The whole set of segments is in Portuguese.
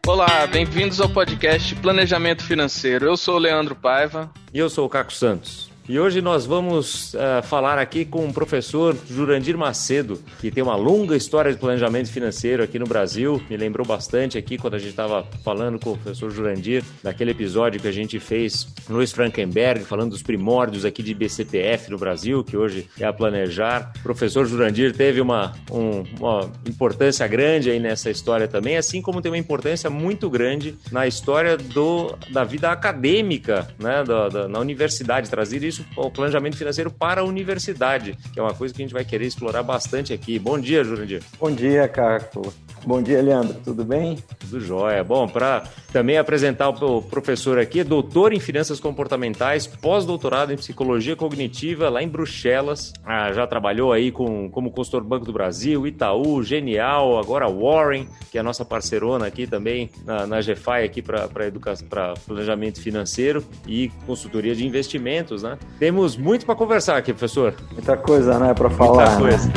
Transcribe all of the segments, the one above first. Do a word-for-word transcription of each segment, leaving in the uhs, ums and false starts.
Olá, bem-vindos ao podcast Planejamento Financeiro. Eu sou o Leandro Paiva. E eu sou o Caco Santos. E hoje nós vamos uh, falar aqui com o professor Jurandir Macedo, que tem uma longa história de planejamento financeiro aqui no Brasil. Me lembrou bastante aqui quando a gente estava falando com o professor Jurandir, daquele episódio que a gente fez no Luiz Frankenberg, falando dos primórdios aqui de B C P F no Brasil, que hoje é a Planejar. O professor Jurandir teve uma, um, uma importância grande aí nessa história também, assim como tem uma importância muito grande na história do, da vida acadêmica, né, da, da, na universidade, trazer isso o planejamento financeiro para a universidade, que é uma coisa que a gente vai querer explorar bastante aqui. Bom dia, Jurandir. Bom dia, Caco. Bom dia, Leandro. Tudo bem? Tudo jóia. Bom, para também apresentar o professor aqui, doutor em Finanças Comportamentais, pós-doutorado em Psicologia Cognitiva lá em Bruxelas. Ah, já trabalhou aí com, como consultor Banco do Brasil, Itaú, Genial, agora Warren, que é a nossa parceirona aqui também na, na G F I aqui para planejamento financeiro e consultoria de investimentos, né? Temos muito para conversar aqui, professor. Muita coisa, né, para falar. Muita coisa. Né?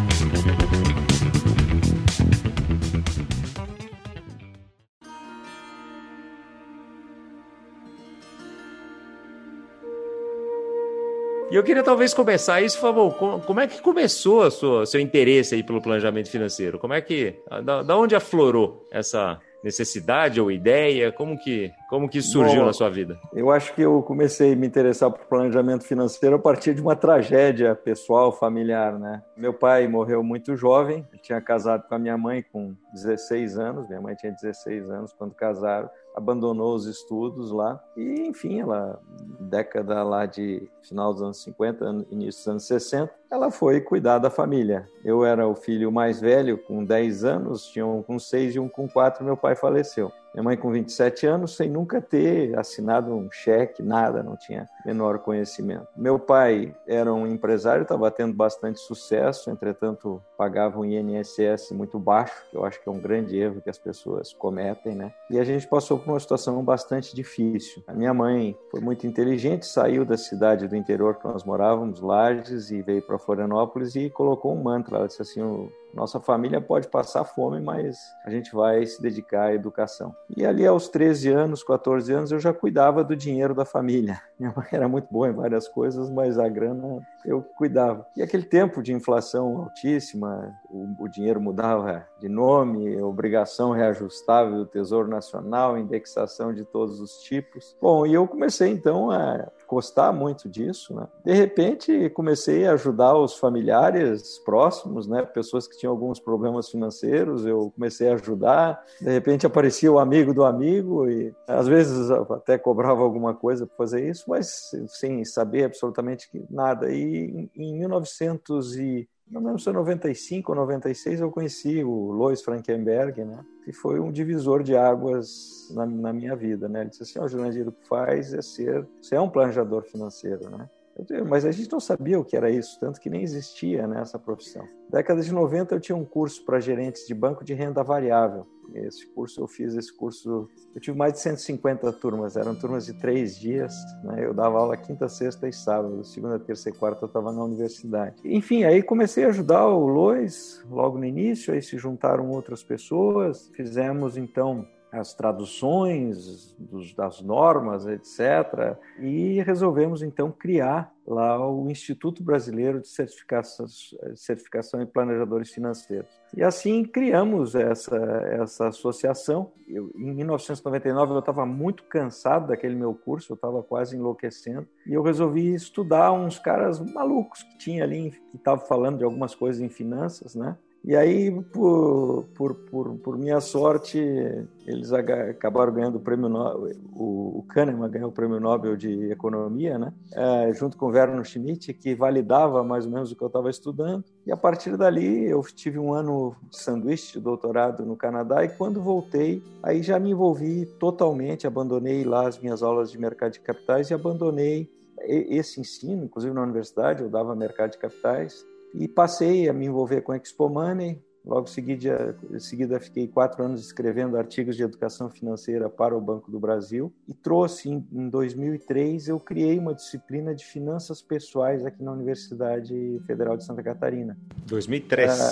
E eu queria talvez começar isso, por favor, como é que começou a sua, seu interesse aí pelo planejamento financeiro? Como é que, da, da onde aflorou essa necessidade ou ideia? Como que, como que isso surgiu Bom, na sua vida? Eu acho que eu comecei a me interessar por planejamento financeiro a partir de uma tragédia pessoal, familiar, né? Meu pai morreu muito jovem, eu tinha casado com a minha mãe com dezesseis anos, minha mãe tinha dezesseis anos quando casaram, abandonou os estudos lá e, enfim, ela, década lá de final dos anos cinquenta, início dos anos sessenta, ela foi cuidar da família. Eu era o filho mais velho, com dez anos, tinha um com seis e um com quatro, meu pai faleceu. Minha mãe com vinte e sete anos, sem nunca ter assinado um cheque, nada, não tinha menor conhecimento. Meu pai era um empresário, estava tendo bastante sucesso, entretanto pagava um I N S S muito baixo, que eu acho que é um grande erro que as pessoas cometem, né? E a gente passou por uma situação bastante difícil. A minha mãe foi muito inteligente, saiu da cidade do interior que nós morávamos, Lages, e veio para Florianópolis e colocou um mantra. Ela disse assim: o nossa família pode passar fome, mas a gente vai se dedicar à educação. E ali aos treze anos, quatorze anos, eu já cuidava do dinheiro da família. Minha mãe era muito boa em várias coisas, mas a grana eu cuidava. E aquele tempo de inflação altíssima, o, o dinheiro mudava de nome, obrigação reajustável do Tesouro Nacional, indexação de todos os tipos. Bom, e eu comecei então a gostar muito disso, né? De repente, comecei a ajudar os familiares próximos, né? Pessoas que tinham alguns problemas financeiros, eu comecei a ajudar. De repente, aparecia o amigo do amigo e, às vezes, até cobrava alguma coisa para fazer isso, mas sem saber absolutamente nada. E em mil e novecentos e não lembro se é noventa e cinco ou noventa e seis, eu conheci o Luiz Frankenberg, né? Que foi um divisor de águas na, na minha vida, né? Ele disse assim: ó, oh, Jurandir, o que faz é ser... Você é um planejador financeiro, né? Eu, mas a gente não sabia o que era isso, tanto que nem existia, né, essa profissão. Na década de noventa eu tinha um curso para gerentes de banco de renda variável. Esse curso, eu fiz esse curso, eu tive mais de cento e cinquenta turmas, eram turmas de três dias, né? Eu dava aula quinta, sexta e sábado, segunda, terça e quarta eu estava na universidade. Enfim, aí comecei a ajudar o Luiz logo no início, aí se juntaram outras pessoas, fizemos então as traduções dos, das normas, etcétera. E resolvemos, então, criar lá o Instituto Brasileiro de Certificação, Certificação em Planejadores Financeiros. E assim criamos essa, essa associação. Eu, em mil novecentos e noventa e nove eu estava muito cansado daquele meu curso, eu estava quase enlouquecendo, e eu resolvi estudar uns caras malucos que tinha ali, que estavam falando de algumas coisas em finanças, né? E aí, por, por, por, por minha sorte, eles acabaram ganhando o prêmio Nobel, o, o Kahneman ganhou o prêmio Nobel de Economia, né? É, junto com o Werner Schmidt, que validava mais ou menos o que eu estava estudando. E a partir dali, eu tive um ano de sanduíche, de doutorado no Canadá, e quando voltei, aí já me envolvi totalmente, abandonei lá as minhas aulas de mercado de capitais e abandonei esse ensino, inclusive na universidade, eu dava mercado de capitais, e passei a me envolver com Expo Money. Logo em seguida, em seguida, fiquei quatro anos escrevendo artigos de educação financeira para o Banco do Brasil e trouxe, em, em dois mil e três, eu criei uma disciplina de finanças pessoais aqui na Universidade Federal de Santa Catarina. dois mil e três. Uh,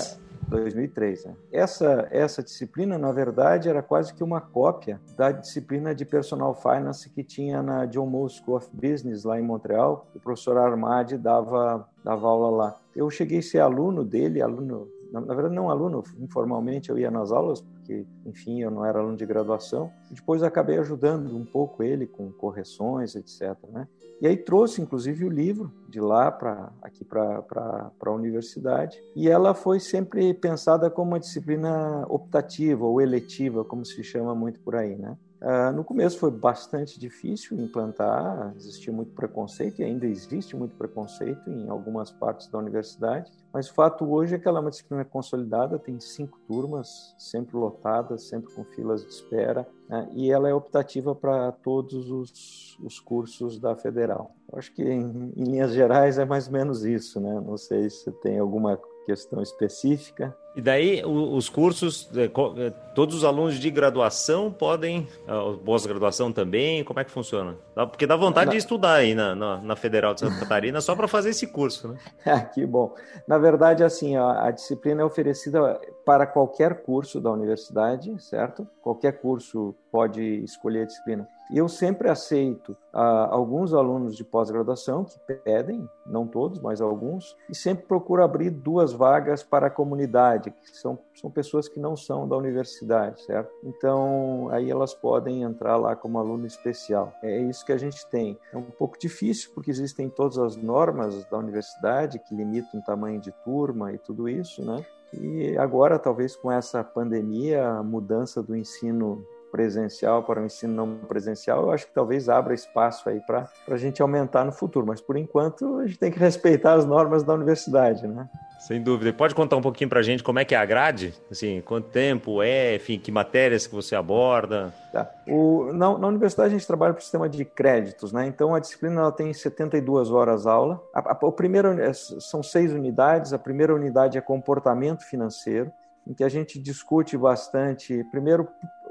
dois mil e três, né? Essa, essa disciplina, na verdade, era quase que uma cópia da disciplina de Personal Finance que tinha na John Moore School of Business, lá em Montreal. O professor Armadi dava, dava aula lá. Eu cheguei a ser aluno dele, aluno... Na verdade, não aluno, informalmente eu ia nas aulas, porque, enfim, eu não era aluno de graduação. E depois acabei ajudando um pouco ele com correções, etcétera, né? E aí trouxe, inclusive, o livro de lá para aqui para a universidade. E ela foi sempre pensada como uma disciplina optativa ou eletiva, como se chama muito por aí, né? Uh, no começo foi bastante difícil implantar, existia muito preconceito e ainda existe muito preconceito em algumas partes da universidade, mas o fato hoje é que ela é uma disciplina consolidada, tem cinco turmas, sempre lotadas, sempre com filas de espera, né? E ela é optativa para todos os, os cursos da Federal. Eu acho que em, em linhas gerais é mais ou menos isso, né? Não sei se tem alguma questão específica. E daí os cursos, todos os alunos de graduação podem, pós-graduação também, como é que funciona? Porque dá vontade na, de estudar aí na, na, na Federal de Santa Catarina só para fazer esse curso, né? Ah, que bom. Na verdade, assim, a, a disciplina é oferecida para qualquer curso da universidade, certo? Qualquer curso pode escolher a disciplina. E eu sempre aceito ah, alguns alunos de pós-graduação que pedem, não todos, mas alguns, e sempre procuro abrir duas vagas para a comunidade, que são, são pessoas que não são da universidade, certo? Então, aí elas podem entrar lá como aluno especial. É isso que a gente tem. É um pouco difícil, porque existem todas as normas da universidade que limitam o tamanho de turma e tudo isso, né? E agora, talvez com essa pandemia, a mudança do ensino presencial para o ensino não presencial, eu acho que talvez abra espaço aí para a gente aumentar no futuro, mas por enquanto a gente tem que respeitar as normas da universidade, né? Sem dúvida. E pode contar um pouquinho para a gente como é que é a grade? Assim, quanto tempo é, enfim, que matérias que você aborda? Tá. O, na, na universidade a gente trabalha para o sistema de créditos, né? Então a disciplina ela tem setenta e duas horas aula. A, a, o primeiro, são seis unidades, a primeira unidade é comportamento financeiro, em que a gente discute bastante, primeiro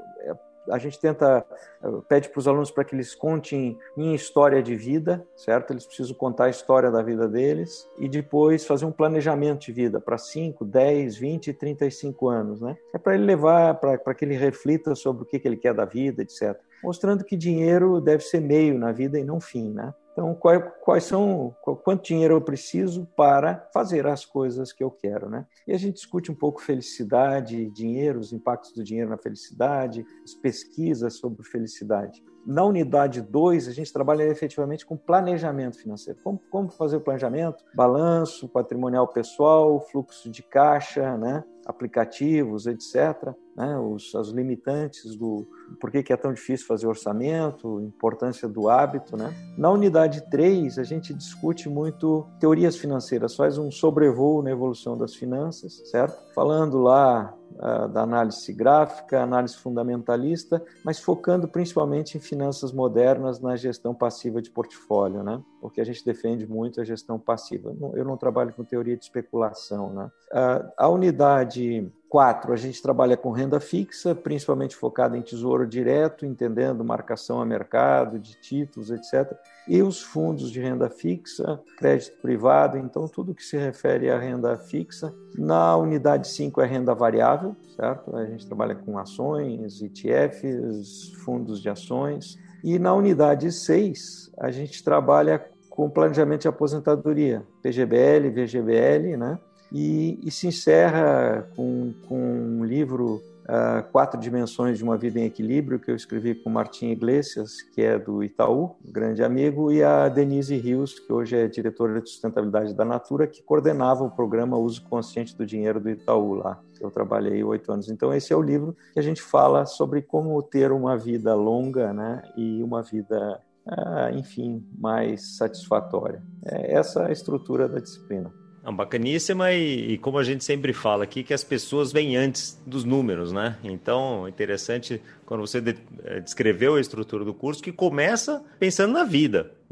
a gente tenta, pede para os alunos para que eles contem minha história de vida, certo? Eles precisam contar a história da vida deles e depois fazer um planejamento de vida para cinco, dez, vinte e trinta e cinco anos, né? É para ele levar, para que ele reflita sobre o que, que ele quer da vida, etcétera. Mostrando que dinheiro deve ser meio na vida e não fim, né? Então, quais, quais são, quanto dinheiro eu preciso para fazer as coisas que eu quero, né? E a gente discute um pouco felicidade, dinheiro, os impactos do dinheiro na felicidade, as pesquisas sobre felicidade. Na unidade dois, a gente trabalha efetivamente com planejamento financeiro. Como, como fazer o planejamento? Balanço patrimonial pessoal, fluxo de caixa, né? Aplicativos, etcétera. Né? Os, as limitantes do por que, que é tão difícil fazer orçamento, importância do hábito. Né? Na unidade três, a gente discute muito teorias financeiras, faz um sobrevoo na evolução das finanças, certo? Falando lá uh, da análise gráfica, análise fundamentalista, mas focando principalmente em finanças modernas na gestão passiva de portfólio, né? Porque a gente defende muito a gestão passiva. Eu não trabalho com teoria de especulação, né? Uh, a unidade quatro, a gente trabalha com renda fixa, principalmente focada em tesouro direto, entendendo marcação a mercado, de títulos, etcétera. E os fundos de renda fixa, crédito privado, então tudo que se refere à renda fixa. Na unidade cinco é renda variável, certo? A gente trabalha com ações, E T Fs, fundos de ações. E na unidade seis, a gente trabalha com planejamento de aposentadoria, P G B L, V G B L, né? E, e se encerra com, com um livro, uh, Quatro Dimensões de uma Vida em Equilíbrio, que eu escrevi com Martim Iglesias, que é do Itaú, um grande amigo, e a Denise Rios, que hoje é diretora de sustentabilidade da Natura, que coordenava o programa Uso Consciente do Dinheiro do Itaú lá. Eu trabalhei oito anos. Então, esse é o livro que a gente fala sobre como ter uma vida longa, né, e uma vida, uh, enfim, mais satisfatória. É essa a estrutura da disciplina. É bacaníssima e, e como a gente sempre fala aqui, que as pessoas vêm antes dos números, né? Então, interessante quando você de, descreveu a estrutura do curso, que começa pensando na vida,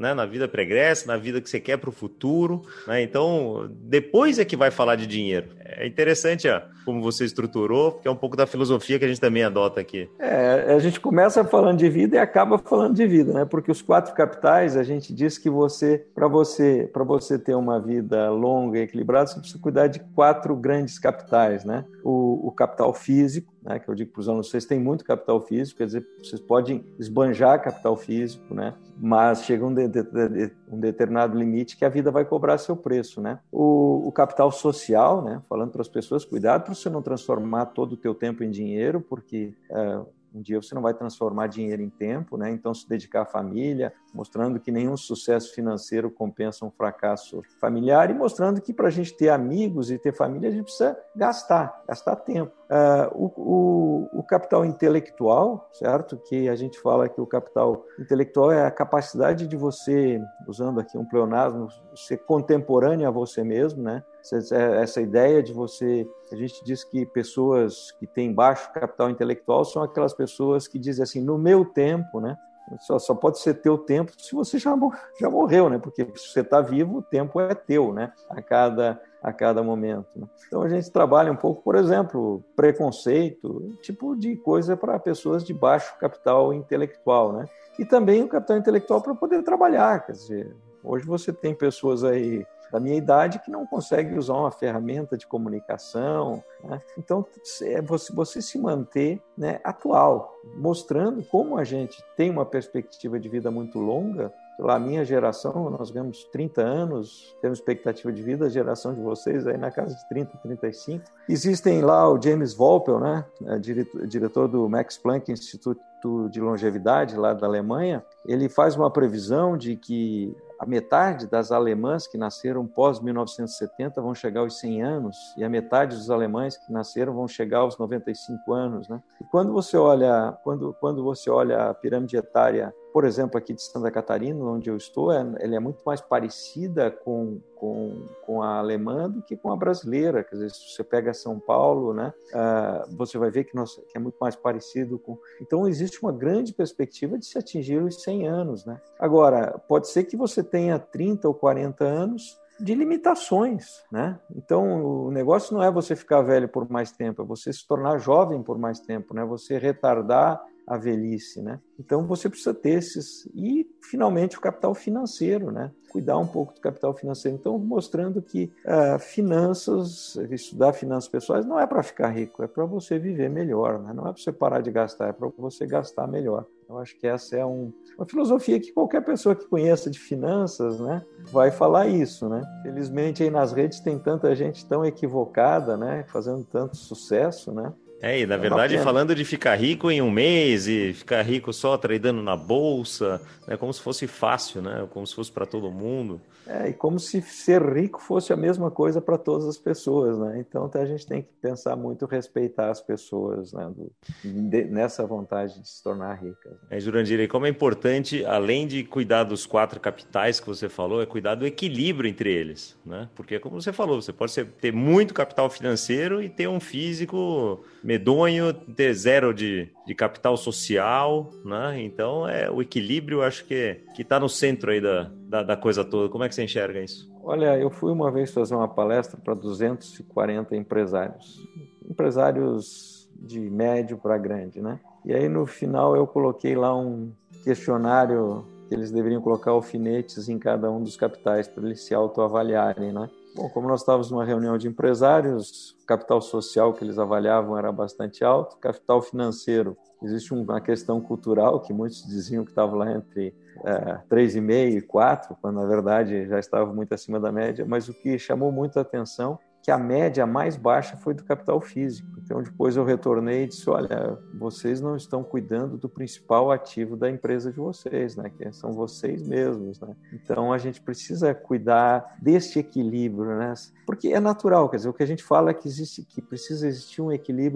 né? Na vida pregressa, na vida que você quer para o futuro, né? Então, depois é que vai falar de dinheiro. É interessante ó, como você estruturou, porque é um pouco da filosofia que a gente também adota aqui. É, a gente começa falando de vida e acaba falando de vida, né? Porque os quatro capitais, a gente diz que você, para você, para você ter uma vida longa e equilibrada, você precisa cuidar de quatro grandes capitais, né? O, o capital físico, né, que eu digo para os alunos, vocês têm muito capital físico, quer dizer, vocês podem esbanjar capital físico, né, mas chega um, de, de, de, um determinado limite que a vida vai cobrar seu preço, né. O, o capital social, né, falando para as pessoas, cuidado para você não transformar todo o teu tempo em dinheiro, porque é, um dia você não vai transformar dinheiro em tempo, né? Então se dedicar à família, mostrando que nenhum sucesso financeiro compensa um fracasso familiar e mostrando que para a gente ter amigos e ter família a gente precisa gastar, gastar tempo. Uh, o, o, o capital intelectual, certo? Que a gente fala que o capital intelectual é a capacidade de você, usando aqui um pleonasmo, ser contemporâneo a você mesmo, né? Essa ideia de você... A gente diz que pessoas que têm baixo capital intelectual são aquelas pessoas que dizem assim, no meu tempo, né? Só, só pode ser teu tempo se você já, já morreu, né? Porque se você está vivo, o tempo é teu, né? A cada, a cada momento. Né? Então a gente trabalha um pouco, por exemplo, preconceito, tipo de coisa para pessoas de baixo capital intelectual, né? E também o capital intelectual para poder trabalhar, quer dizer, hoje você tem pessoas aí da minha idade que não conseguem usar uma ferramenta de comunicação, né? Então você, você se manter, né, atual, mostrando como a gente tem uma perspectiva de vida muito longa. A minha geração, nós ganhamos trinta anos, temos expectativa de vida, a geração de vocês aí na casa de trinta, trinta e cinco. Existem lá o James Volpel, né, diretor, diretor do Max Planck Instituto de Longevidade lá da Alemanha. Ele faz uma previsão de que a metade das alemãs que nasceram pós mil novecentos e setenta vão chegar aos cem anos e a metade dos alemães que nasceram vão chegar aos noventa e cinco anos, né? E quando você olha, quando, quando você olha a pirâmide etária, por exemplo, aqui de Santa Catarina, onde eu estou, ela é muito mais parecida com, com, com a alemã do que com a brasileira. Quer dizer, se você pega São Paulo, né, uh, você vai ver que, nós, que é muito mais parecido com... Então, existe uma grande perspectiva de se atingir os cem anos, né? Agora, pode ser que você tenha trinta ou quarenta anos de limitações, né? Então, o negócio não é você ficar velho por mais tempo, é você se tornar jovem por mais tempo, né? Você retardar a velhice, né? Então você precisa ter esses... E, finalmente, o capital financeiro, né? Cuidar um pouco do capital financeiro. Então, mostrando que uh, finanças, estudar finanças pessoais não é para ficar rico, é para você viver melhor, né? Não é para você parar de gastar, é para você gastar melhor. Eu acho que essa é um, uma filosofia que qualquer pessoa que conheça de finanças, né, vai falar isso, né? Felizmente, aí nas redes tem tanta gente tão equivocada, né, fazendo tanto sucesso, né? É, e na verdade, falando de ficar rico em um mês e ficar rico só tradando na bolsa, né, como se fosse fácil, né, como se fosse para todo mundo. É, e como se ser rico fosse a mesma coisa para todas as pessoas, né? Então a gente tem que pensar muito, respeitar as pessoas, né, do, de, nessa vontade de se tornar ricas. É, Jurandir, e como é importante, além de cuidar dos quatro capitais que você falou, é cuidar do equilíbrio entre eles, né? Porque, como você falou, você pode ser, ter muito capital financeiro e ter um físico medonho, ter zero de, de capital social, né? Então, é, o equilíbrio, acho que que está no centro aí da, da, da coisa toda. Como é que você enxerga isso? Olha, eu fui uma vez fazer uma palestra para duzentos e quarenta empresários. Empresários de médio para grande, né? E aí, no final, eu coloquei lá um questionário que eles deveriam colocar alfinetes em cada um dos capitais para eles se autoavaliarem, né? Bom, como nós estávamos numa reunião de empresários, o capital social que eles avaliavam era bastante alto, capital financeiro, existe uma questão cultural que muitos diziam que estava lá entre é, três vírgula cinco e quatro, quando na verdade já estava muito acima da média, mas o que chamou muito a atenção que a média mais baixa foi do capital físico. Então, depois eu retornei e disse, olha, vocês não estão cuidando do principal ativo da empresa de vocês, né? Que são vocês mesmos, né? Então, a gente precisa cuidar deste equilíbrio, né? Porque é natural, quer dizer, o que a gente fala é que, existe, que precisa existir um equilíbrio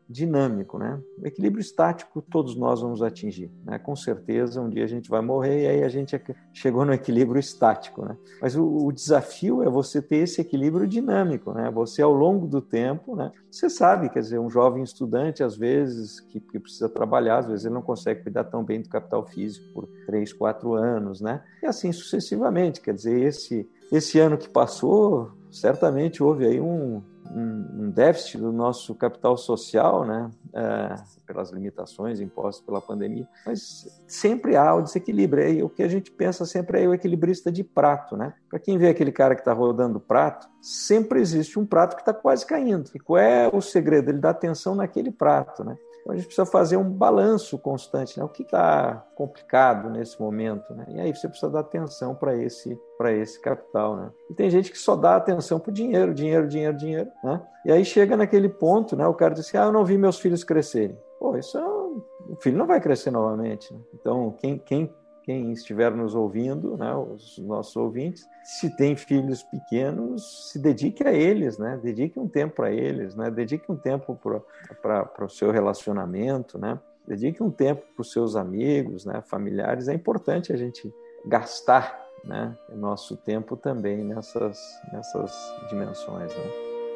dinâmico, né? O equilíbrio estático todos nós vamos atingir, né? Com certeza um dia a gente vai morrer e aí a gente chegou no equilíbrio estático, né? Mas o, o desafio é você ter esse equilíbrio dinâmico, né? Você ao longo do tempo, né? Você sabe, quer dizer, um jovem estudante às vezes que, que precisa trabalhar, às vezes ele não consegue cuidar tão bem do capital físico por três, quatro anos, né? E assim sucessivamente, quer dizer, esse, esse ano que passou, certamente houve aí um um déficit do nosso capital social, né, é, pelas limitações impostas pela pandemia, mas sempre há o desequilíbrio. E o que a gente pensa sempre é o equilibrista de prato, né? Para quem vê aquele cara que está rodando o prato, sempre existe um prato que está quase caindo. E qual é o segredo? Ele dá atenção naquele prato, né? Então a gente precisa fazer um balanço constante, né? O que está complicado nesse momento, né? E aí você precisa dar atenção para esse, para esse capital, né? E tem gente que só dá atenção para o dinheiro, dinheiro, dinheiro, dinheiro, né? E aí chega naquele ponto, né? O cara diz assim, ah, eu não vi meus filhos crescerem. Pô, isso é um... o filho não vai crescer novamente, né? Então, quem, quem, quem estiver nos ouvindo, né? Os nossos ouvintes, se tem filhos pequenos, se dedique a eles, né? Dedique um tempo para eles, né? Dedique um tempo para o seu relacionamento, né? Dedique um tempo para os seus amigos, né? Familiares. É importante a gente gastar, né? O nosso tempo também nessas, nessas dimensões, né?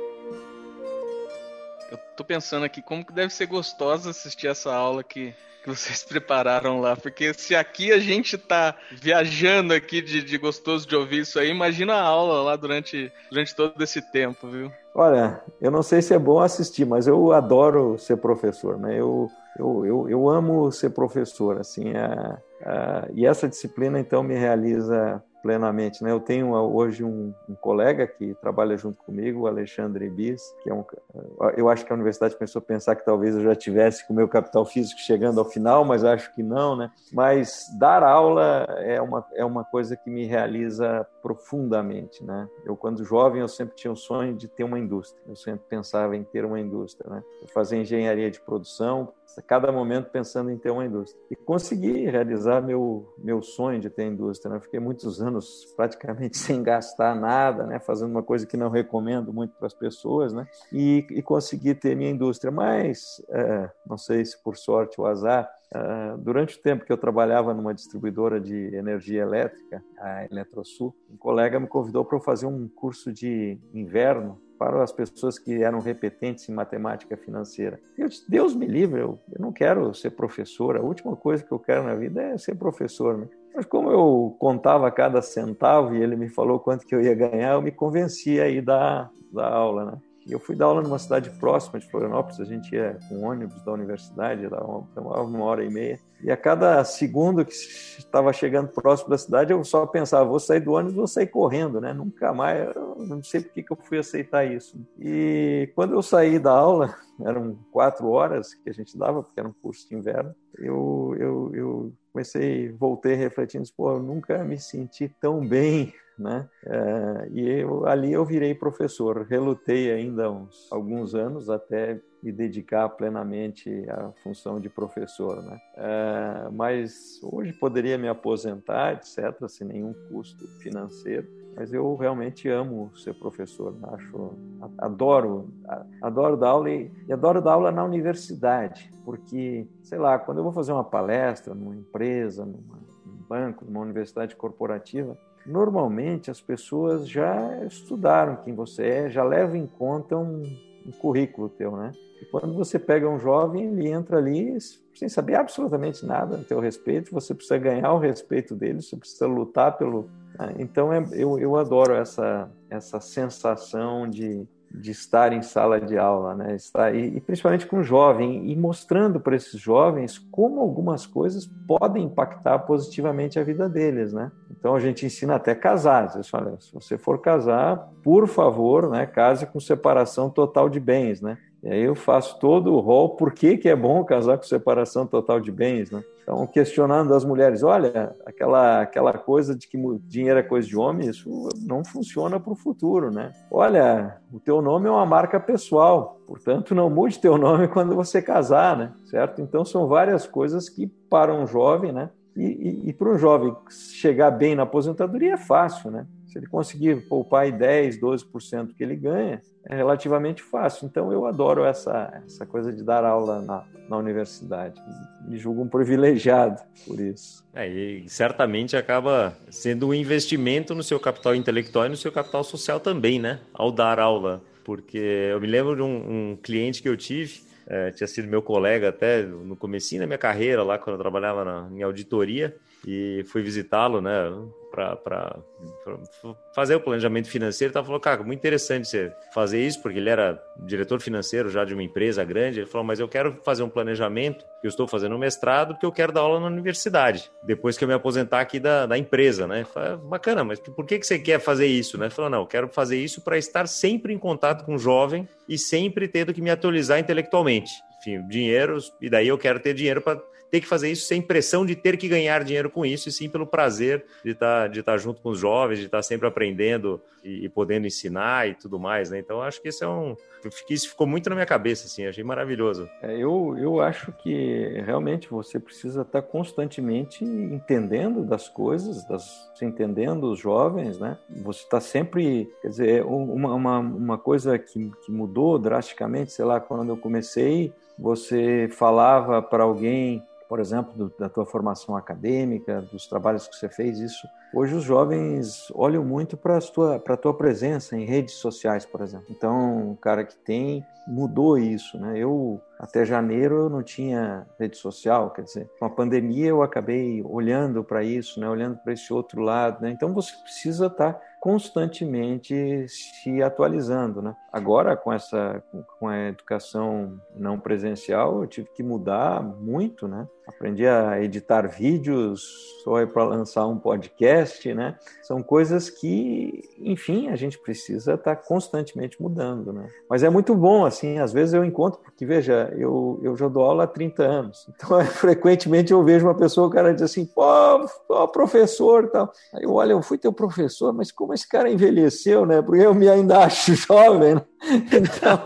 Eu tô pensando aqui como que deve ser gostoso assistir essa aula que, que vocês prepararam lá, porque se aqui a gente tá viajando aqui de, de gostoso de ouvir isso aí, imagina a aula lá durante, durante todo esse tempo, viu? Olha, eu não sei se é bom assistir, mas eu adoro ser professor, né? Eu, eu, eu, eu amo ser professor, assim, a, a, e essa disciplina, então, me realiza plenamente, né? Eu tenho hoje um, um colega que trabalha junto comigo, o Alexandre Bis, que é um, eu acho que a universidade começou a pensar que talvez eu já tivesse com o meu capital físico chegando ao final, mas acho que não, né? Mas dar aula é uma, é uma coisa que me realiza profundamente, né? Eu, quando jovem, eu sempre tinha o sonho de ter uma indústria, eu sempre pensava em ter uma indústria, né? Eu fazia engenharia de produção, a cada momento pensando em ter uma indústria. E consegui realizar meu, meu sonho de ter indústria, né? Eu fiquei muitos anos praticamente sem gastar nada, né? Fazendo uma coisa que não recomendo muito para as pessoas, né? E, e consegui ter minha indústria. Mas, é, não sei se por sorte ou azar, é, durante o tempo que eu trabalhava numa distribuidora de energia elétrica, a Eletrosul, um colega me convidou para eu fazer um curso de inverno para as pessoas que eram repetentes em matemática financeira. Eu disse, Deus me livre, eu, eu não quero ser professor, a última coisa que eu quero na vida é ser professor, né? Mas como eu contava cada centavo e ele me falou quanto que eu ia ganhar, eu me convenci a ir dar, dar aula, né? E eu fui dar aula numa cidade próxima de Florianópolis, a gente ia com ônibus da universidade, dava uma, uma hora e meia, e a cada segundo que estava chegando próximo da cidade, eu só pensava, vou sair do ônibus, vou sair correndo, né? Nunca mais, eu não sei por que eu fui aceitar isso. E quando eu saí da aula, eram quatro horas que a gente dava, porque era um curso de inverno, eu, eu, eu comecei, voltei refletindo, pô, eu nunca me senti tão bem, né? É, e eu, ali eu virei professor, relutei ainda uns alguns anos até me dedicar plenamente à função de professor, né? É, mas hoje poderia me aposentar, etcétera, sem nenhum custo financeiro, mas eu realmente amo ser professor, né? Acho, adoro, adoro dar aula e, e adoro dar aula na universidade, porque, sei lá, quando eu vou fazer uma palestra numa empresa, numa, num banco, numa universidade corporativa, normalmente as pessoas já estudaram quem você é, já levam em conta um, um currículo teu, né? E quando você pega um jovem, ele entra ali sem saber absolutamente nada a teu respeito, você precisa ganhar o respeito dele, você precisa lutar pelo... Então, é, eu, eu adoro essa, essa sensação de, de estar em sala de aula, né? Estar, e, e principalmente com o jovem, e mostrando para esses jovens como algumas coisas podem impactar positivamente a vida deles, né? Então, a gente ensina até casar. Diz, olha, se você for casar, por favor, né, case com separação total de bens, né? E aí eu faço todo o rol, por que que é bom casar com separação total de bens, né? Então, questionando as mulheres, olha, aquela, aquela coisa de que dinheiro é coisa de homem, isso não funciona para o futuro, né? Olha, o teu nome é uma marca pessoal, portanto, não mude teu nome quando você casar, né? Certo? Então, são várias coisas que, para um jovem, né, E, e, e para um jovem chegar bem na aposentadoria é fácil, né? Se ele conseguir poupar aí dez, doze por cento que ele ganha, é relativamente fácil. Então, eu adoro essa, essa coisa de dar aula na, na universidade. Me julgo um privilegiado por isso. É, e certamente acaba sendo um investimento no seu capital intelectual e no seu capital social também, né? Ao dar aula. Porque eu me lembro de um, um cliente que eu tive, é, tinha sido meu colega até no comecinho da minha carreira, lá quando eu trabalhava na, em auditoria, e fui visitá-lo, né, para fazer o planejamento financeiro. Ele falou, cara, muito interessante você fazer isso, porque ele era diretor financeiro já de uma empresa grande. Ele falou, mas eu quero fazer um planejamento, que eu estou fazendo um mestrado, porque eu quero dar aula na universidade, depois que eu me aposentar aqui da, da empresa, né? Falei, bacana, mas por que, que você quer fazer isso, né? Ele falou, não, eu quero fazer isso para estar sempre em contato com o jovem e sempre tendo que me atualizar intelectualmente. Enfim, dinheiro, e daí eu quero ter dinheiro para ter que fazer isso sem pressão de ter que ganhar dinheiro com isso, e sim pelo prazer de estar, de estar junto com os jovens, de estar sempre aprendendo e, e podendo ensinar e tudo mais, né? Então, acho que isso é um... Isso ficou muito na minha cabeça, assim, achei maravilhoso. É, eu, eu acho que realmente você precisa estar constantemente entendendo das coisas, das, entendendo os jovens, né? Você está sempre... Quer dizer, uma, uma, uma coisa que, que mudou drasticamente, sei lá, quando eu comecei, você falava para alguém, por exemplo, do, da tua formação acadêmica, dos trabalhos que você fez, isso. Hoje os jovens olham muito para a tua, para a tua presença em redes sociais, por exemplo. Então, o cara que tem, mudou isso, né? Eu, até janeiro, eu não tinha rede social, quer dizer, com a pandemia eu acabei olhando para isso, né? Olhando para esse outro lado, né? Então, você precisa estar constantemente se atualizando, né? Agora, com essa, com a educação não presencial, eu tive que mudar muito, né? Aprendi a editar vídeos, só para lançar um podcast, né? São coisas que, enfim, a gente precisa estar constantemente mudando, né? Mas é muito bom, assim, às vezes eu encontro, porque, veja, eu, eu já dou aula há trinta anos, então é, frequentemente eu vejo uma pessoa, o cara diz assim, pô, pô professor, tal. Aí eu olho, eu fui teu professor, mas como esse cara envelheceu, né? Porque eu me ainda acho jovem, né? Então,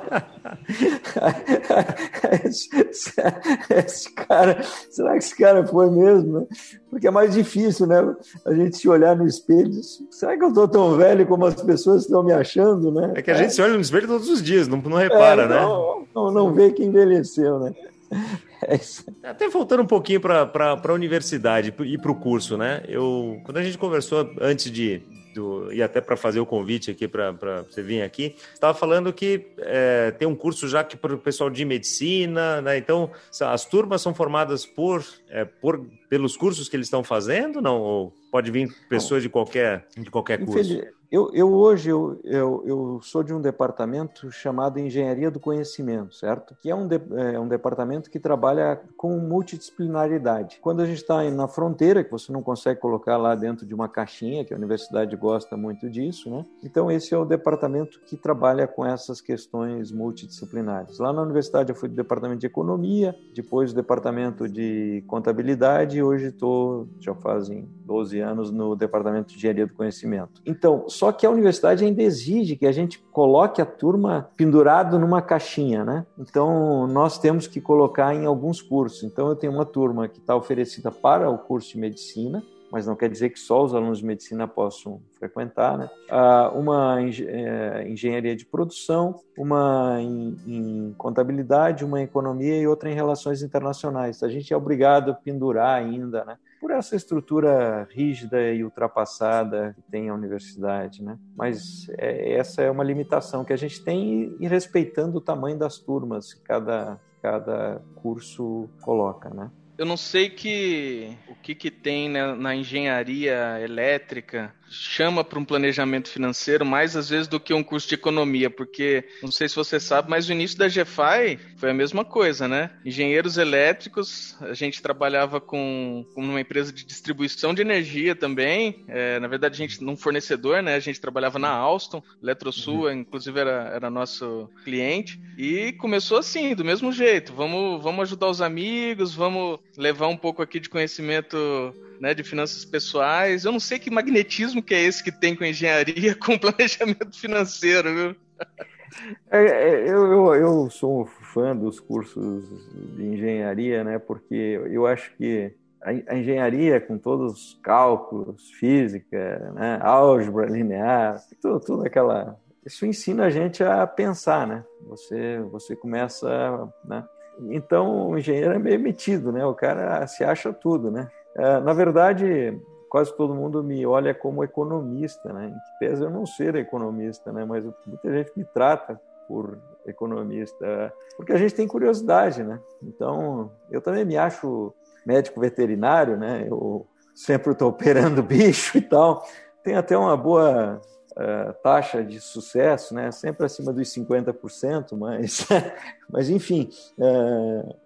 esse, esse cara, será que esse cara foi mesmo? Né? Porque é mais difícil, né? A gente se olhar no espelho, será que eu estou tão velho como as pessoas estão me achando, né? É que a gente é. se olha no espelho todos os dias, não, não repara, é, não, né? Não, não vê que envelheceu, né? É isso. Até voltando um pouquinho para a universidade e para o curso, né? Eu, quando a gente conversou antes de Do, e até para fazer o convite aqui para você vir aqui, estava falando que é, tem um curso já que para o pessoal de medicina, né? Então as turmas são formadas por, é, por pelos cursos que eles estão fazendo, não? Ou pode vir pessoas de qualquer de qualquer curso? Eu, eu hoje eu, eu, eu sou de um departamento chamado Engenharia do Conhecimento, certo? Que é um, de, é um departamento que trabalha com multidisciplinaridade. Quando a gente está na fronteira, que você não consegue colocar lá dentro de uma caixinha, que a universidade gosta muito disso, né? Então esse é o departamento que trabalha com essas questões multidisciplinares. Lá na universidade eu fui do departamento de Economia, depois do departamento de Contabilidade, e hoje estou, já fazem doze anos, no departamento de Engenharia do Conhecimento. Então, só que a universidade ainda exige que a gente coloque a turma pendurado numa caixinha, né? Então, nós temos que colocar em alguns cursos. Então, eu tenho uma turma que está oferecida para o curso de medicina, mas não quer dizer que só os alunos de medicina possam frequentar, né? Uma em engenharia de produção, uma em, em contabilidade, uma em economia e outra em relações internacionais. A gente é obrigado a pendurar ainda, né? Por essa estrutura rígida e ultrapassada que tem a universidade, né? Mas é, essa é uma limitação que a gente tem, e respeitando o tamanho das turmas que cada, cada curso coloca, né? Eu não sei que, o que, que tem, né, na engenharia elétrica chama para um planejamento financeiro mais às vezes do que um curso de economia, porque não sei se você sabe, mas o início da G F A I foi a mesma coisa, né? Engenheiros elétricos, a gente trabalhava com, com uma empresa de distribuição de energia também, é, na verdade a gente, num fornecedor, né? A gente trabalhava na Alstom, Eletrosul, uhum. inclusive era, era nosso cliente, e começou assim, do mesmo jeito, vamos, vamos ajudar os amigos, vamos levar um pouco aqui de conhecimento, né, de finanças pessoais. Eu não sei que magnetismo que é esse que tem com engenharia, com planejamento financeiro, viu? É, é, eu, eu, eu sou fã dos cursos de engenharia, né, porque eu acho que a engenharia com todos os cálculos, física, né, álgebra linear, tudo, tudo aquela... Isso ensina a gente a pensar, né? Você, você começa... Né? Então, o engenheiro é meio metido, né? O cara se acha tudo, né? Na verdade, quase todo mundo me olha como economista, né? Em que pese eu não ser economista, né? Mas muita gente me trata por economista, porque a gente tem curiosidade, né? Então, eu também me acho médico veterinário, né? Eu sempre estou operando bicho e tal. Tem até uma boa uh, taxa de sucesso, né? Sempre acima dos cinquenta por cento, mas, mas enfim, uh,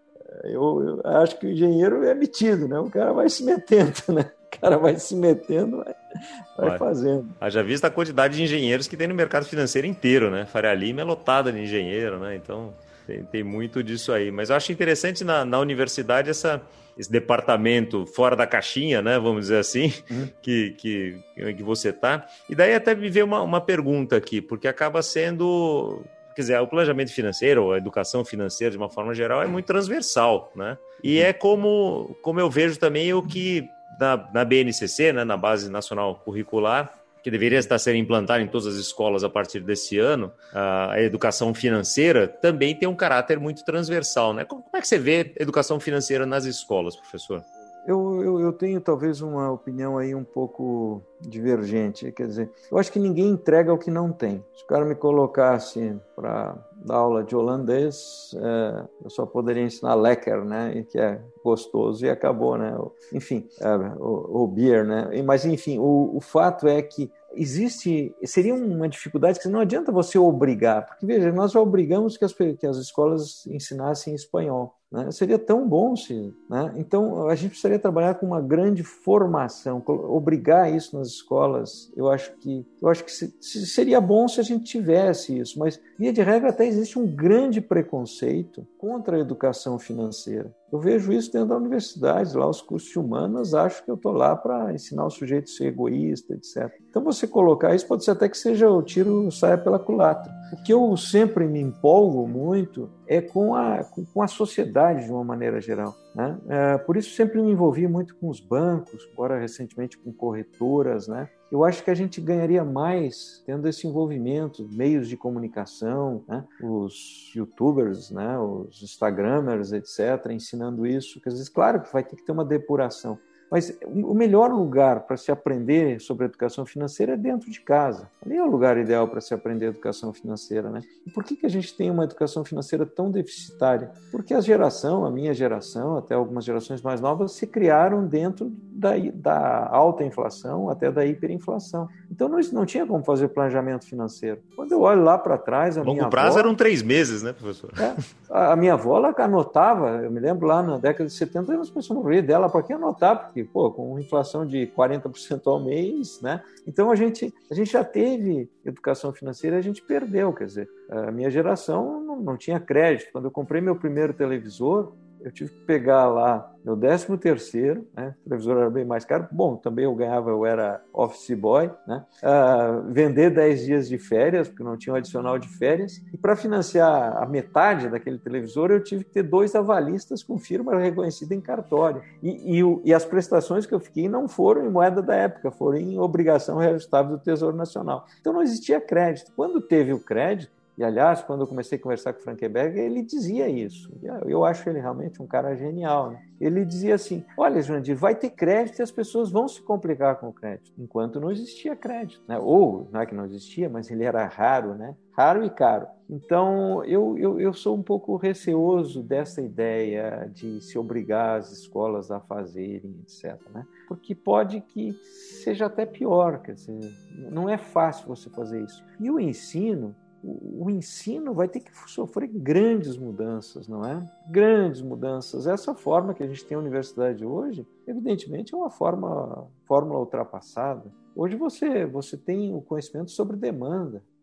eu, eu acho que o engenheiro é metido, né? O cara vai se metendo, né? O cara vai se metendo, vai, vai fazendo. Haja vista a quantidade de engenheiros que tem no mercado financeiro inteiro, né? Faria Lima é lotada de engenheiro, né? Então, tem, tem muito disso aí. Mas eu acho interessante na, na universidade essa, esse departamento fora da caixinha, né? Vamos dizer assim, uhum. que, que, que você está. E daí até me veio uma, uma pergunta aqui, porque acaba sendo... Quer dizer, o planejamento financeiro, a educação financeira, de uma forma geral, é muito transversal, né? E é como, como eu vejo também o que... Na, na B N C C, né, na Base Nacional Curricular, que deveria estar sendo implantada em todas as escolas a partir desse ano, a, a educação financeira também tem um caráter muito transversal, né? Como, como é que você vê educação financeira nas escolas, professor? Eu, eu, eu tenho talvez uma opinião aí um pouco divergente, quer dizer, eu acho que ninguém entrega o que não tem. Se o cara me colocasse para dar aula de holandês, é, eu só poderia ensinar lekker, né, que é gostoso, e acabou, né, enfim, é, o, o beer, né, mas enfim, o, o fato é que existe, seria uma dificuldade que não adianta você obrigar, porque veja, nós já obrigamos que as, que as escolas ensinassem espanhol, né? Seria tão bom se, né? Então a gente precisaria trabalhar com uma grande formação, obrigar isso nas escolas. Eu acho que eu acho que se, se seria bom se a gente tivesse isso, mas via de regra até existe um grande preconceito contra a educação financeira. Eu vejo isso dentro da universidade, lá os cursos de humanas, acho que eu estou lá para ensinar o sujeito a ser egoísta, etcétera. Então você colocar isso pode ser até que seja o tiro saia pela culatra. O que eu sempre me empolgo muito é com a, com a sociedade de uma maneira geral, né? É, por isso sempre me envolvi muito com os bancos, agora recentemente com corretoras, né? Eu acho que a gente ganharia mais tendo esse envolvimento, meios de comunicação, né? Os youtubers, né? Os instagramers, etcétera, ensinando isso. Quer dizer, claro que vai ter que ter uma depuração, mas o melhor lugar para se aprender sobre educação financeira é dentro de casa. Ali é o lugar ideal para se aprender educação financeira, né? E por que que a gente tem uma educação financeira tão deficitária? Porque a geração, a minha geração, até algumas gerações mais novas, se criaram dentro da, da alta inflação, até da hiperinflação. Então não, não tinha como fazer planejamento financeiro. Quando eu olho lá para trás, a Longo minha prazo avó, eram três meses, né, professor? É, a, a minha avó, ela anotava, eu me lembro lá na década de setenta, as pessoas morriam dela, para que anotar? Porque, pô, com inflação de quarenta por cento ao mês, né? Então a gente, a gente já teve educação financeira, a gente perdeu, quer dizer, a minha geração não, não tinha crédito. Quando eu comprei meu primeiro televisor, eu tive que pegar lá meu décimo terceiro, né? O televisor era bem mais caro. Bom, também eu ganhava, eu era office boy, né? Uh, vender dez dias de férias, porque não tinha um adicional de férias. E para financiar a metade daquele televisor, eu tive que ter dois avalistas com firma reconhecida em cartório. E, e, e as prestações que eu fiquei não foram em moeda da época, foram em obrigação reajustável do Tesouro Nacional. Então não existia crédito. Quando teve o crédito, e, aliás, quando eu comecei a conversar com o Frankenberg, ele dizia isso. Eu acho ele realmente um cara genial, né? Ele dizia assim, olha, Jurandir, vai ter crédito e as pessoas vão se complicar com o crédito, enquanto não existia crédito, né? Ou, não é que não existia, mas ele era raro, né? Raro e caro. Então, eu, eu, eu sou um pouco receoso dessa ideia de se obrigar as escolas a fazerem, etcétera, né? Porque pode que seja até pior, quer dizer, não é fácil você fazer isso. E o ensino, o ensino vai ter que sofrer grandes mudanças, não é? Grandes mudanças. Essa forma que a gente tem a universidade hoje, evidentemente, é uma forma, fórmula ultrapassada. Hoje você, você tem o conhecimento sobre demanda.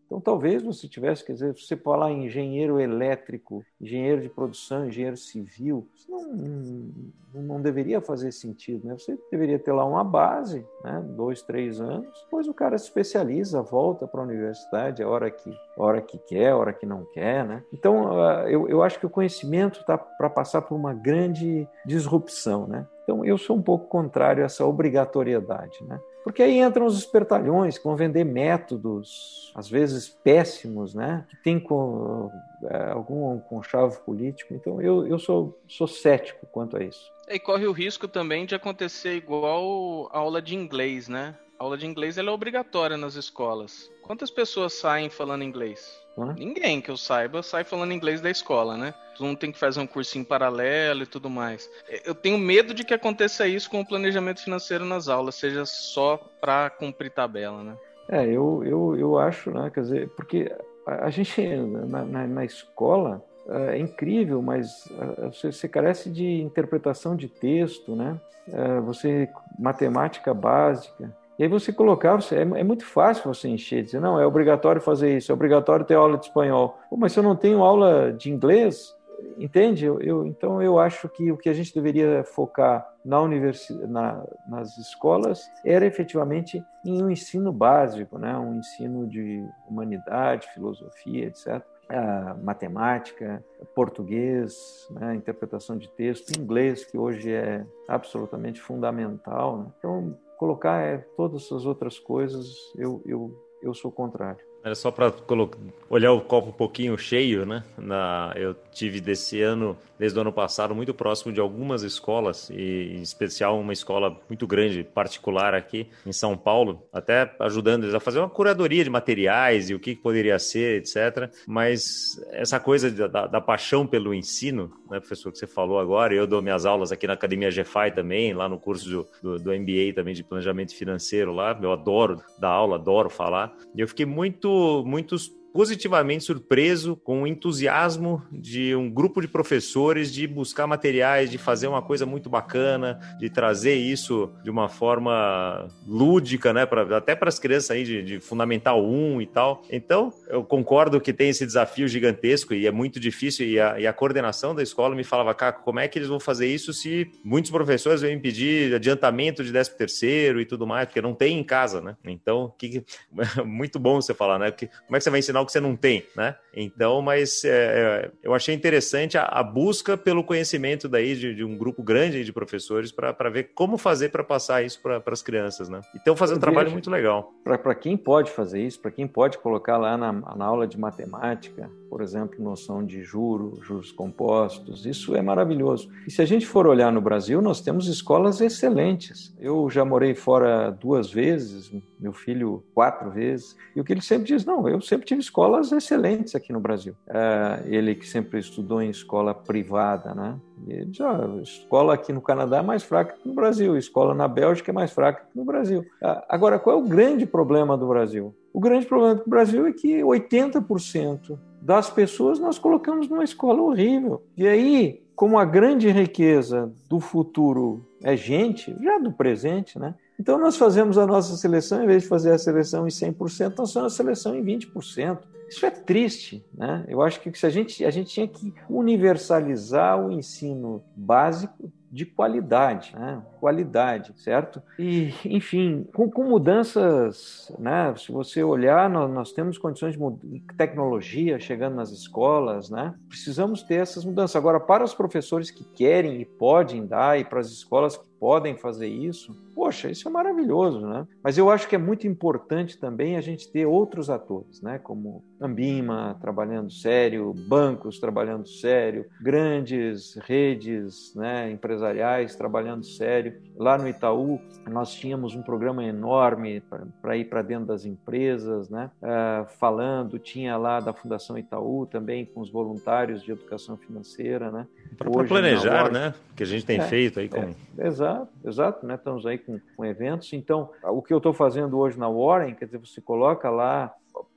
Então, talvez você tivesse, quer dizer, você falar em engenheiro elétrico, engenheiro de produção, engenheiro civil, isso não, não, não deveria fazer sentido, né? Você deveria ter lá uma base, né? Dois, três anos, depois o cara se especializa, volta para a universidade a hora que, a hora que quer, a hora que não quer, né? Então, eu, eu acho que o conhecimento está para passar por uma grande disrupção, né? Então, eu sou um pouco contrário a essa obrigatoriedade, né? Porque aí entram os espertalhões que vão vender métodos, às vezes péssimos, né? Que tem com, é, algum conchavo político. Então, eu, eu sou, sou cético quanto a isso. E corre o risco também de acontecer igual a aula de inglês, né? A aula de inglês ela é obrigatória nas escolas. Quantas pessoas saem falando inglês? Hã? Ninguém que eu saiba sai falando inglês da escola, né? Todo mundo tem que fazer um cursinho paralelo e tudo mais. Eu tenho medo de que aconteça isso com o planejamento financeiro nas aulas, seja só para cumprir tabela, né? É, eu, eu, eu acho, né? Quer dizer, porque a gente, na, na, na escola, é incrível, mas você, você carece de interpretação de texto, né? Você, matemática básica. E aí você colocar, você, é, é muito fácil você encher, dizer, não, é obrigatório fazer isso, é obrigatório ter aula de espanhol. Pô, mas se eu não tenho aula de inglês, entende? Eu, eu, então eu acho que o que a gente deveria focar na universi- na, nas escolas era efetivamente em um ensino básico, né? Um ensino de humanidade, filosofia, etcétera. A matemática, português, né? Interpretação de texto, inglês, que hoje é absolutamente fundamental, né? Então, colocar é, todas essas outras coisas, eu, eu, eu sou contrário. Era só para olhar o copo um pouquinho cheio, né? Na, eu tive desse ano, desde o ano passado, muito próximo de algumas escolas, e em especial uma escola muito grande, particular aqui em São Paulo, até ajudando eles a fazer uma curadoria de materiais e o que poderia ser, etcétera. Mas essa coisa da, da paixão pelo ensino, né, professor, que você falou agora, eu dou minhas aulas aqui na Academia G F I também, lá no curso do, do, do M B A também de Planejamento Financeiro lá, eu adoro dar aula, adoro falar, e eu fiquei muito muitos positivamente surpreso com o entusiasmo de um grupo de professores de buscar materiais, de fazer uma coisa muito bacana, de trazer isso de uma forma lúdica, né, pra, até para as crianças aí de, de Fundamental um e tal. Então, eu concordo que tem esse desafio gigantesco e é muito difícil, e a, e a coordenação da escola me falava, Caco, como é que eles vão fazer isso se muitos professores vêm me pedir adiantamento de décimo terceiro e tudo mais, porque não tem em casa, né? Então, que, muito bom você falar, né? Porque, como é que você vai ensinar o que você não tem, né? Então, mas é, eu achei interessante a, a busca pelo conhecimento daí de, de um grupo grande de professores para ver como fazer para passar isso para as crianças, né? Então, fazer um trabalho muito legal. Para quem pode fazer isso, para quem pode colocar lá na, na aula de matemática, por exemplo, noção de juro, juros compostos, isso é maravilhoso. E se a gente for olhar no Brasil, nós temos escolas excelentes. Eu já morei fora duas vezes, meu filho quatro vezes, e o que ele sempre diz, não, eu sempre tive escolas excelentes aqui no Brasil. É, ele que sempre estudou em escola privada, né? E ele diz, ah, a escola aqui no Canadá é mais fraca que no Brasil, a escola na Bélgica é mais fraca que no Brasil. Agora, qual é o grande problema do Brasil? O grande problema do Brasil é que oitenta por cento das pessoas nós colocamos numa escola horrível. E aí, como a grande riqueza do futuro é gente, já do presente, né? Então nós fazemos a nossa seleção, em vez de fazer a seleção em cem por cento, nós fazemos a seleção em vinte por cento. Isso é triste, né? Eu acho que se a gente, a gente tinha que universalizar o ensino básico de qualidade, né? Qualidade, certo? E, enfim, com, com mudanças, né? Se você olhar, nós, nós temos condições de tecnologia chegando nas escolas, né? Precisamos ter essas mudanças. Agora, para os professores que querem e podem dar, e para as escolas que podem fazer isso, poxa, isso é maravilhoso, né? Mas eu acho que é muito importante também a gente ter outros atores, né? Como Ambima trabalhando sério, bancos trabalhando sério, grandes redes, né, empresariais trabalhando sério. Lá no Itaú, nós tínhamos um programa enorme para ir para dentro das empresas, né, uh, falando, tinha lá da Fundação Itaú também com os voluntários de educação financeira, né? Para planejar, Word, né? Que a gente tem é, feito aí com... É, exato, exato, né? Estamos aí com, com eventos. Então, o que eu estou fazendo hoje na Warren, quer dizer, você coloca lá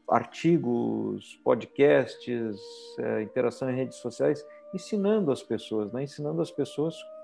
artigos, podcasts, é, interação em redes sociais, ensinando as pessoas, né? Ensinando as pessoas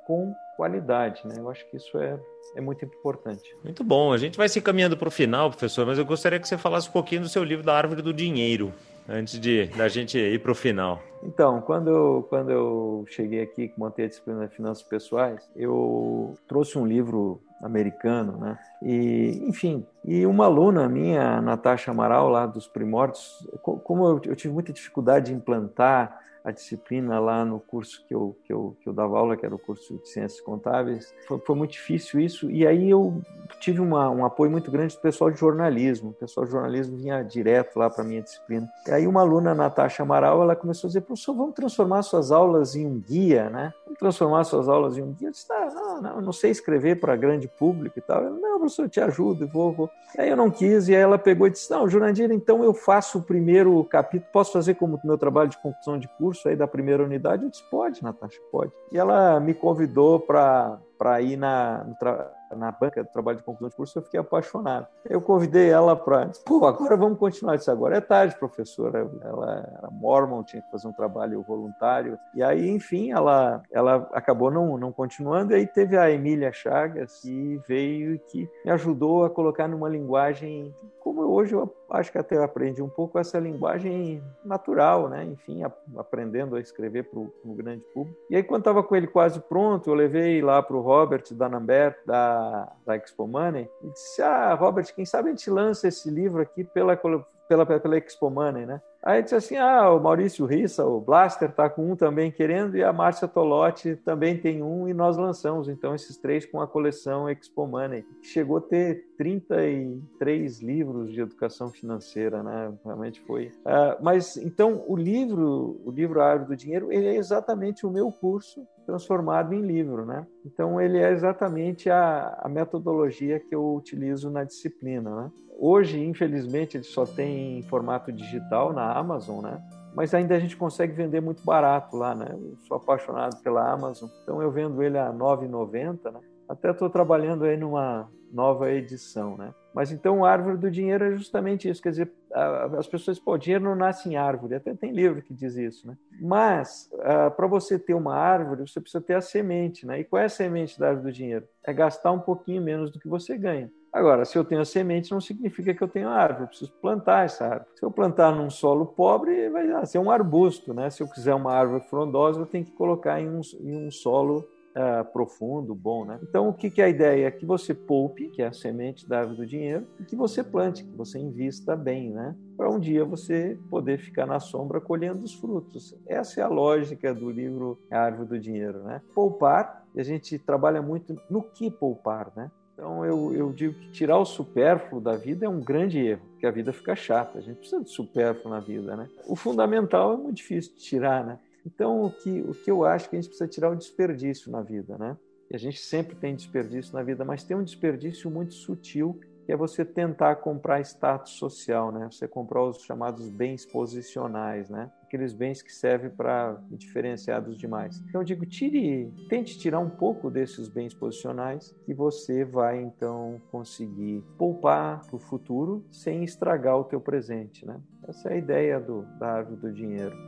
com qualidade, né? Eu acho que isso é, é muito importante. Muito bom. A gente vai se encaminhando para o final, professor, mas eu gostaria que você falasse um pouquinho do seu livro da Árvore do Dinheiro, antes de da gente ir para o final. Então, quando eu, quando eu cheguei aqui, montei a disciplina de finanças pessoais, eu trouxe um livro americano, né? E, enfim, e uma aluna minha, Natasha Amaral, lá dos Primórdios, como eu, eu tive muita dificuldade de implantar a disciplina lá no curso que eu, que eu, que eu dava aula, que era o curso de Ciências Contábeis, foi, foi muito difícil isso, e aí eu tive uma, um apoio muito grande do pessoal de jornalismo, o pessoal de jornalismo vinha direto lá para a minha disciplina. E aí uma aluna, Natasha Amaral, ela começou a dizer, professor, vamos transformar suas aulas em um guia, né? Vamos transformar suas aulas em um guia. Eu disse, ah, não, não, eu não sei escrever para grande público e tal. Eu, não, professor, eu te ajudo, vou, vou. E aí eu não quis, e aí ela pegou e disse, não, Jurandir, então eu faço o primeiro capítulo, posso fazer como meu trabalho de conclusão de curso aí da primeira unidade? Eu disse, pode, Natasha, pode. E ela me convidou para para ir na, no tra... na banca do trabalho de conclusão de curso, eu fiquei apaixonado. Eu convidei ela para... Pô, agora vamos continuar. Isso agora é tarde, professora. Ela era mormon, tinha que fazer um trabalho voluntário. E aí, enfim, ela, ela acabou não, não continuando. E aí teve a Emília Chagas, que veio e que me ajudou a colocar numa linguagem... Como hoje eu acho que até eu aprendi um pouco essa linguagem natural, né? Enfim, a, aprendendo a escrever para o grande público. E aí, quando estava com ele quase pronto, eu levei lá para o Robert D'Alembert, da, da Expo Money, e disse, ah, Robert, quem sabe a gente lança esse livro aqui pela, pela, pela Expo Money, né? Aí disse assim, ah, o Maurício Rissa, o Blaster, está com um também querendo, e a Márcia Tolotti também tem um, e nós lançamos, então, esses três com a coleção Expo Money. Chegou a ter trinta e três livros de educação financeira, né? Realmente foi. Uh, mas, então, o livro, o livro A Árvore do Dinheiro, ele é exatamente o meu curso transformado em livro, né? Então, ele é exatamente a, a metodologia que eu utilizo na disciplina, né? Hoje, infelizmente, ele só tem em formato digital na Amazon, né? Mas ainda a gente consegue vender muito barato lá, né? Eu sou apaixonado pela Amazon, então eu vendo ele a nove reais e noventa centavos, né? Até estou trabalhando aí numa nova edição, né? Mas então a Árvore do Dinheiro é justamente isso, quer dizer, as pessoas, pô, dinheiro não nasce em árvore, até tem livro que diz isso, né? Mas para você ter uma árvore, você precisa ter a semente, né? E qual é a semente da Árvore do Dinheiro? É gastar um pouquinho menos do que você ganha. Agora, se eu tenho a semente, não significa que eu tenho a árvore, eu preciso plantar essa árvore. Se eu plantar num solo pobre, vai ser um arbusto, né? Se eu quiser uma árvore frondosa, eu tenho que colocar em um, em um solo uh, profundo, bom, né? Então, o que, que é a ideia? É que você poupe, que é a semente da Árvore do Dinheiro, e que você plante, que você invista bem, né? Para um dia você poder ficar na sombra colhendo os frutos. Essa é a lógica do livro A Árvore do Dinheiro, né? Poupar, e a gente trabalha muito no que poupar, né? Então, eu, eu digo que tirar o supérfluo da vida é um grande erro, porque a vida fica chata. A gente precisa de supérfluo na vida, né? O fundamental é muito difícil de tirar, né? Então, o que, o que eu acho que a gente precisa tirar é o desperdício na vida, né? E a gente sempre tem desperdício na vida, mas tem um desperdício muito sutil, que é você tentar comprar status social, né? Você comprar os chamados bens posicionais, né? Aqueles bens que servem para diferenciar dos demais. Então eu digo, tire, tente tirar um pouco desses bens posicionais e você vai então conseguir poupar para o futuro sem estragar o teu presente, né? Essa é a ideia do, da Árvore do Dinheiro.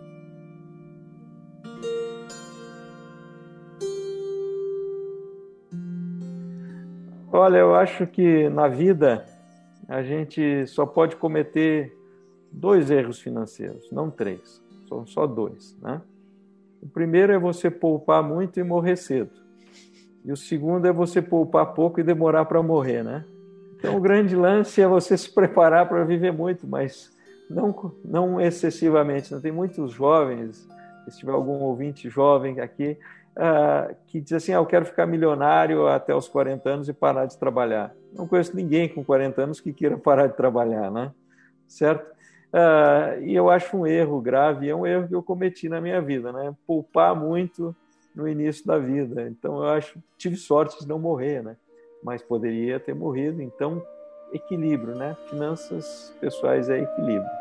Olha, eu acho que na vida a gente só pode cometer dois erros financeiros, não três, são só dois, né? O primeiro é você poupar muito e morrer cedo. E o segundo é você poupar pouco e demorar para morrer, né? Então o grande lance é você se preparar para viver muito, mas não, não excessivamente. Não tem muitos jovens, se tiver algum ouvinte jovem aqui, Uh, que diz assim, ah, eu quero ficar milionário até os quarenta anos e parar de trabalhar. Não conheço ninguém com quarenta anos que queira parar de trabalhar, né? Certo? Uh, e eu acho um erro grave, é um erro que eu cometi na minha vida, né? Poupar muito no início da vida. Então, eu acho, tive sorte de não morrer, né? Mas poderia ter morrido. Então, equilíbrio, né? Finanças pessoais é equilíbrio.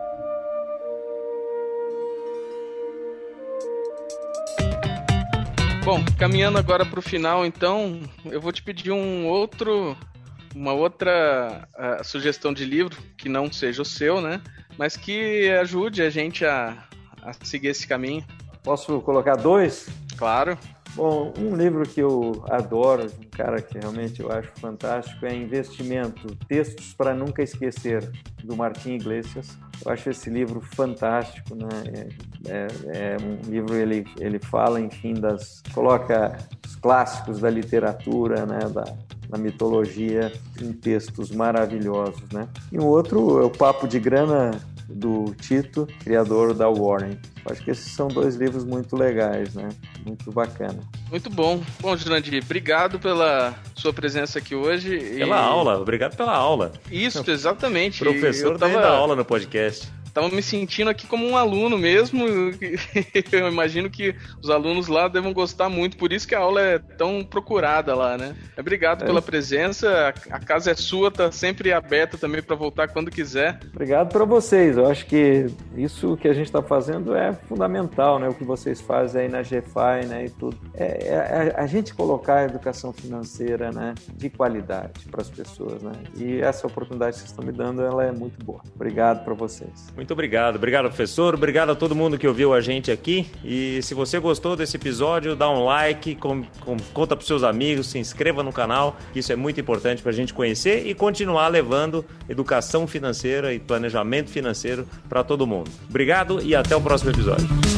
Bom, caminhando agora para o final, então, eu vou te pedir um outro, uma outra uh, sugestão de livro, que não seja o seu, né? Mas que ajude a gente a, a seguir esse caminho. Posso colocar dois? Claro. Bom, um livro que eu adoro, um cara que realmente eu acho fantástico, é Investimento, Textos para Nunca Esquecer, do Martim Iglesias. Eu acho esse livro fantástico, né? É, é, é um livro, ele, ele fala, enfim, das... coloca os clássicos da literatura, né? Da, da mitologia, em textos maravilhosos, né? E um outro é o Papo de Grana, do Tito, criador da Warren. Acho que esses são dois livros muito legais, né? Muito bacana. Muito bom. Bom, Jurandir, obrigado pela sua presença aqui hoje. Pela e... aula, obrigado pela aula. Isso, exatamente. Professor tava... da aula no podcast. Tava me sentindo aqui como um aluno mesmo. Eu imagino que os alunos lá devem gostar muito, por isso que a aula é tão procurada lá, né? Obrigado é. pela presença. A casa é sua, tá sempre aberta também para voltar quando quiser. Obrigado para vocês. Eu acho que isso que a gente está fazendo é fundamental, né? O que vocês fazem aí na G F A I, né? E tudo. É, é a, a gente colocar a educação financeira, né? De qualidade para as pessoas, né? E essa oportunidade que vocês estão me dando, ela é muito boa. Obrigado para vocês. Muito obrigado. Obrigado, professor. Obrigado a todo mundo que ouviu a gente aqui. E se você gostou desse episódio, dá um like, com, com, conta para os seus amigos, se inscreva no canal. Isso é muito importante para a gente conhecer e continuar levando educação financeira e planejamento financeiro para todo mundo. Obrigado e até o próximo episódio.